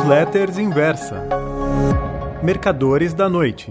Newsletters Inversa. Mercadores da Noite.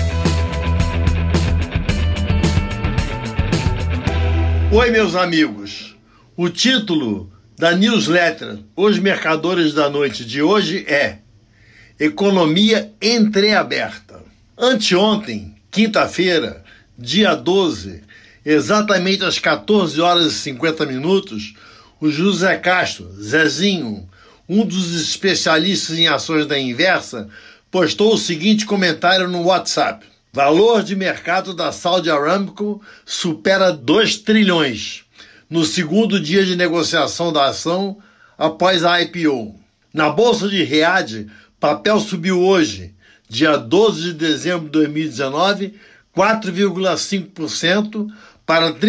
Oi, meus amigos. O título da newsletter Os Mercadores da Noite de hoje é Economia Entreaberta. Anteontem, quinta-feira, dia 12, exatamente às 14 horas e 50 minutos, o José Castro, Zezinho, um dos especialistas em ações da Inversa, postou o seguinte comentário no WhatsApp. Valor de mercado da Saudi Aramco supera 2 trilhões no segundo dia de negociação da ação após a IPO. Na Bolsa de Riad, papel subiu hoje, dia 12 de dezembro de 2019, 4,5% para R$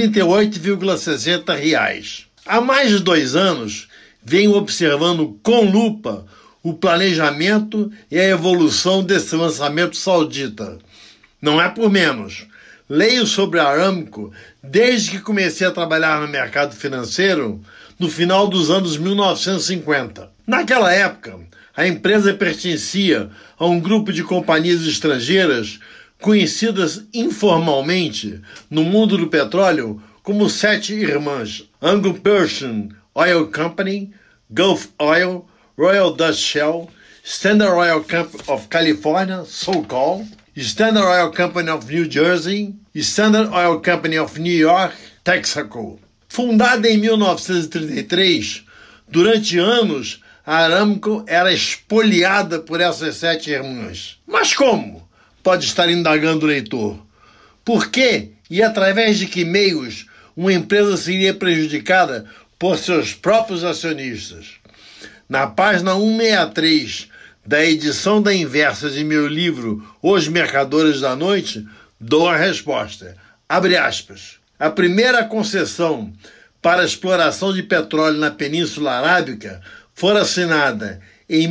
38,60. Há mais de 2 anos, venho observando com lupa o planejamento e a evolução desse lançamento saudita. Não é por menos. Leio sobre a Aramco desde que comecei a trabalhar no mercado financeiro no final dos anos 1950. Naquela época, a empresa pertencia a um grupo de companhias estrangeiras conhecidas informalmente no mundo do petróleo como 7 irmãs: Anglo-Persian Oil Company, Gulf Oil, Royal Dutch Shell, Standard Oil Company of California, so-called, Standard Oil Company of New Jersey e Standard Oil Company of New York, Texaco. Fundada em 1933, durante anos a Aramco era espoliada por essas 7 irmãs. Mas como? Pode estar indagando o leitor. Por que e através de que meios uma empresa seria prejudicada por seus próprios acionistas? Na página 163 da edição da Inversa de meu livro Os Mercadores da Noite, dou a resposta. Abre aspas. A primeira concessão para a exploração de petróleo na Península Arábica foi assinada em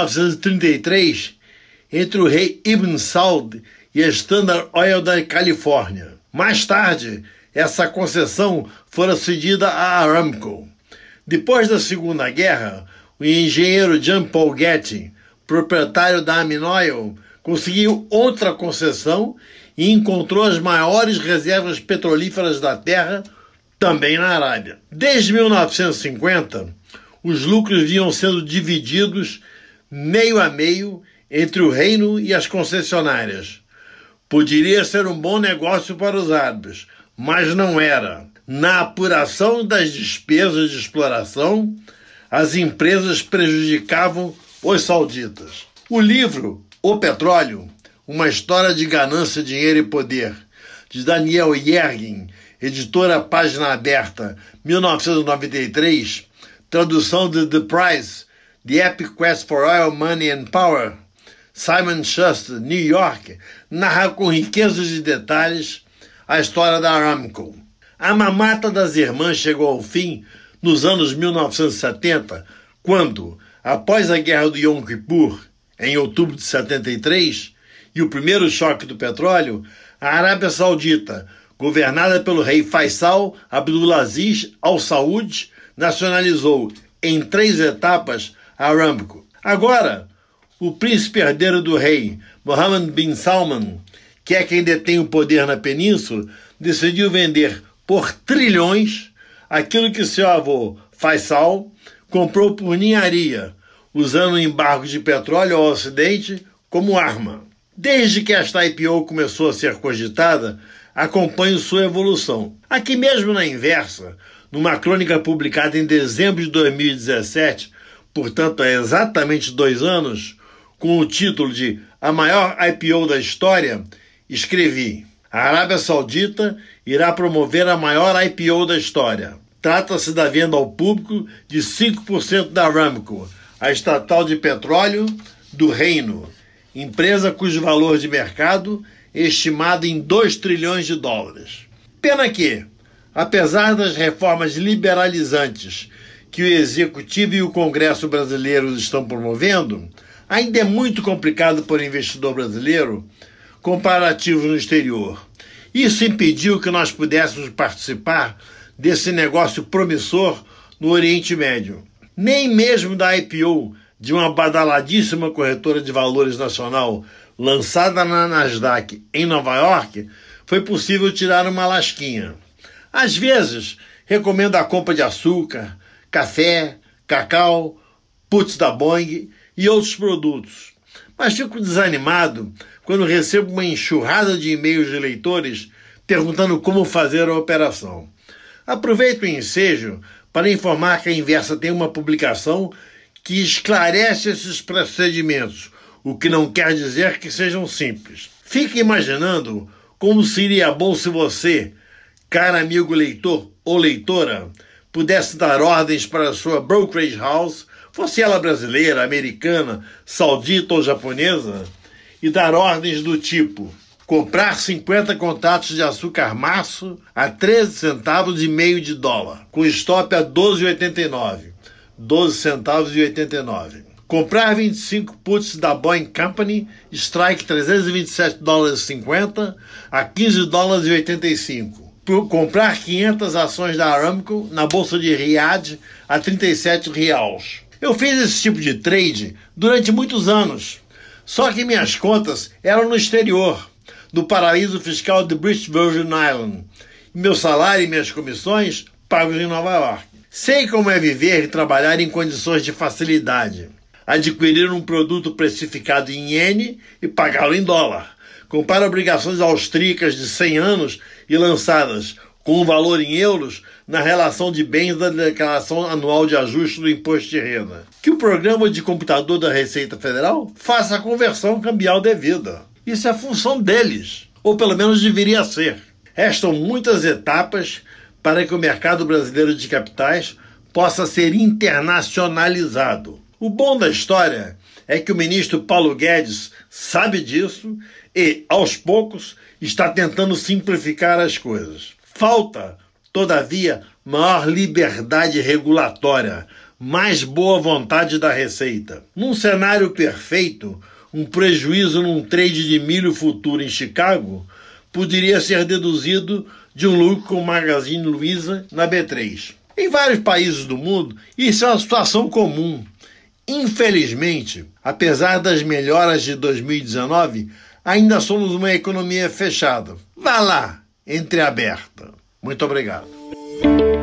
1933 entre o rei Ibn Saud e a Standard Oil da Califórnia. Mais tarde, essa concessão foi cedida à Aramco. Depois da Segunda Guerra, o engenheiro Jean Paul Getty, proprietário da Aminoil, conseguiu outra concessão e encontrou as maiores reservas petrolíferas da Terra, também na Arábia. Desde 1950, os lucros vinham sendo divididos meio a meio entre o reino e as concessionárias. Poderia ser um bom negócio para os árabes, mas não era. Na apuração das despesas de exploração, as empresas prejudicavam os sauditas. O livro O Petróleo, uma história de ganância, dinheiro e poder, de Daniel Yergin, editora Página Aberta, 1993, tradução de The Price, The Epic Quest for Oil, Money and Power, Simon Schuster, New York, narra com riqueza de detalhes a história da Aramco. A mamata das irmãs chegou ao fim nos anos 1970, quando, após a Guerra do Yom Kippur, em outubro de 73, e o primeiro choque do petróleo, a Arábia Saudita, governada pelo rei Faisal Abdulaziz Al Saud, nacionalizou em 3 etapas a Aramco. Agora, o príncipe herdeiro do rei, Mohammed bin Salman, que é quem detém o poder na península, decidiu vender por trilhões aquilo que seu avô, Faisal, comprou por ninharia, usando o embargo de petróleo ao Ocidente como arma. Desde que esta IPO começou a ser cogitada, acompanho sua evolução. Aqui mesmo na Inversa, numa crônica publicada em dezembro de 2017, portanto há exatamente 2 anos, com o título de A Maior IPO da História, escrevi: a Arábia Saudita irá promover a maior IPO da história. Trata-se da venda ao público de 5% da Aramco, a estatal de petróleo do reino, empresa cujo valor de mercado é estimado em 2 trilhões de dólares. Pena que, apesar das reformas liberalizantes que o Executivo e o Congresso brasileiros estão promovendo, ainda é muito complicado para o investidor brasileiro comparar ativos no exterior. Isso impediu que nós pudéssemos participar desse negócio promissor no Oriente Médio. Nem mesmo da IPO de uma badaladíssima corretora de valores nacional lançada na Nasdaq em Nova York, foi possível tirar uma lasquinha. Às vezes, recomendo a compra de açúcar, café, cacau, puts da Boeing e outros produtos. Mas fico desanimado quando recebo uma enxurrada de e-mails de leitores perguntando como fazer a operação. Aproveito o ensejo para informar que a Inversa tem uma publicação que esclarece esses procedimentos, o que não quer dizer que sejam simples. Fique imaginando como seria bom se você, caro amigo leitor ou leitora, pudesse dar ordens para a sua brokerage house, fosse ela brasileira, americana, saudita ou japonesa, e dar ordens do tipo: comprar 50 contatos de açúcar maço a 13 centavos e meio de dólar, com stop a 12,89. 12 centavos e 89. Comprar 25 puts da Boeing Company, strike 327 dólares e 50 a 15 dólares e 85. Comprar 500 ações da Aramco na bolsa de Riad a 37 reais. Eu fiz esse tipo de trade durante muitos anos, só que minhas contas eram no exterior, no paraíso fiscal de British Virgin Island, e meu salário e minhas comissões pagos em Nova York. Sei como é viver e trabalhar em condições de facilidade. Adquirir um produto precificado em iene e pagá-lo em dólar. Comprar obrigações austríacas de 100 anos e lançadas com um valor em euros na relação de bens da declaração anual de ajuste do imposto de renda. Que o programa de computador da Receita Federal faça a conversão cambial devida. Isso é função deles, ou pelo menos deveria ser. Restam muitas etapas para que o mercado brasileiro de capitais possa ser internacionalizado. O bom da história é que o ministro Paulo Guedes sabe disso e, aos poucos, está tentando simplificar as coisas. Falta, todavia, maior liberdade regulatória, mais boa vontade da Receita. Num cenário perfeito, um prejuízo num trade de milho futuro em Chicago poderia ser deduzido de um lucro com o Magazine Luiza na B3. Em vários países do mundo, isso é uma situação comum. Infelizmente, apesar das melhoras de 2019, ainda somos uma economia fechada. Vá lá, entreaberta. Muito obrigado.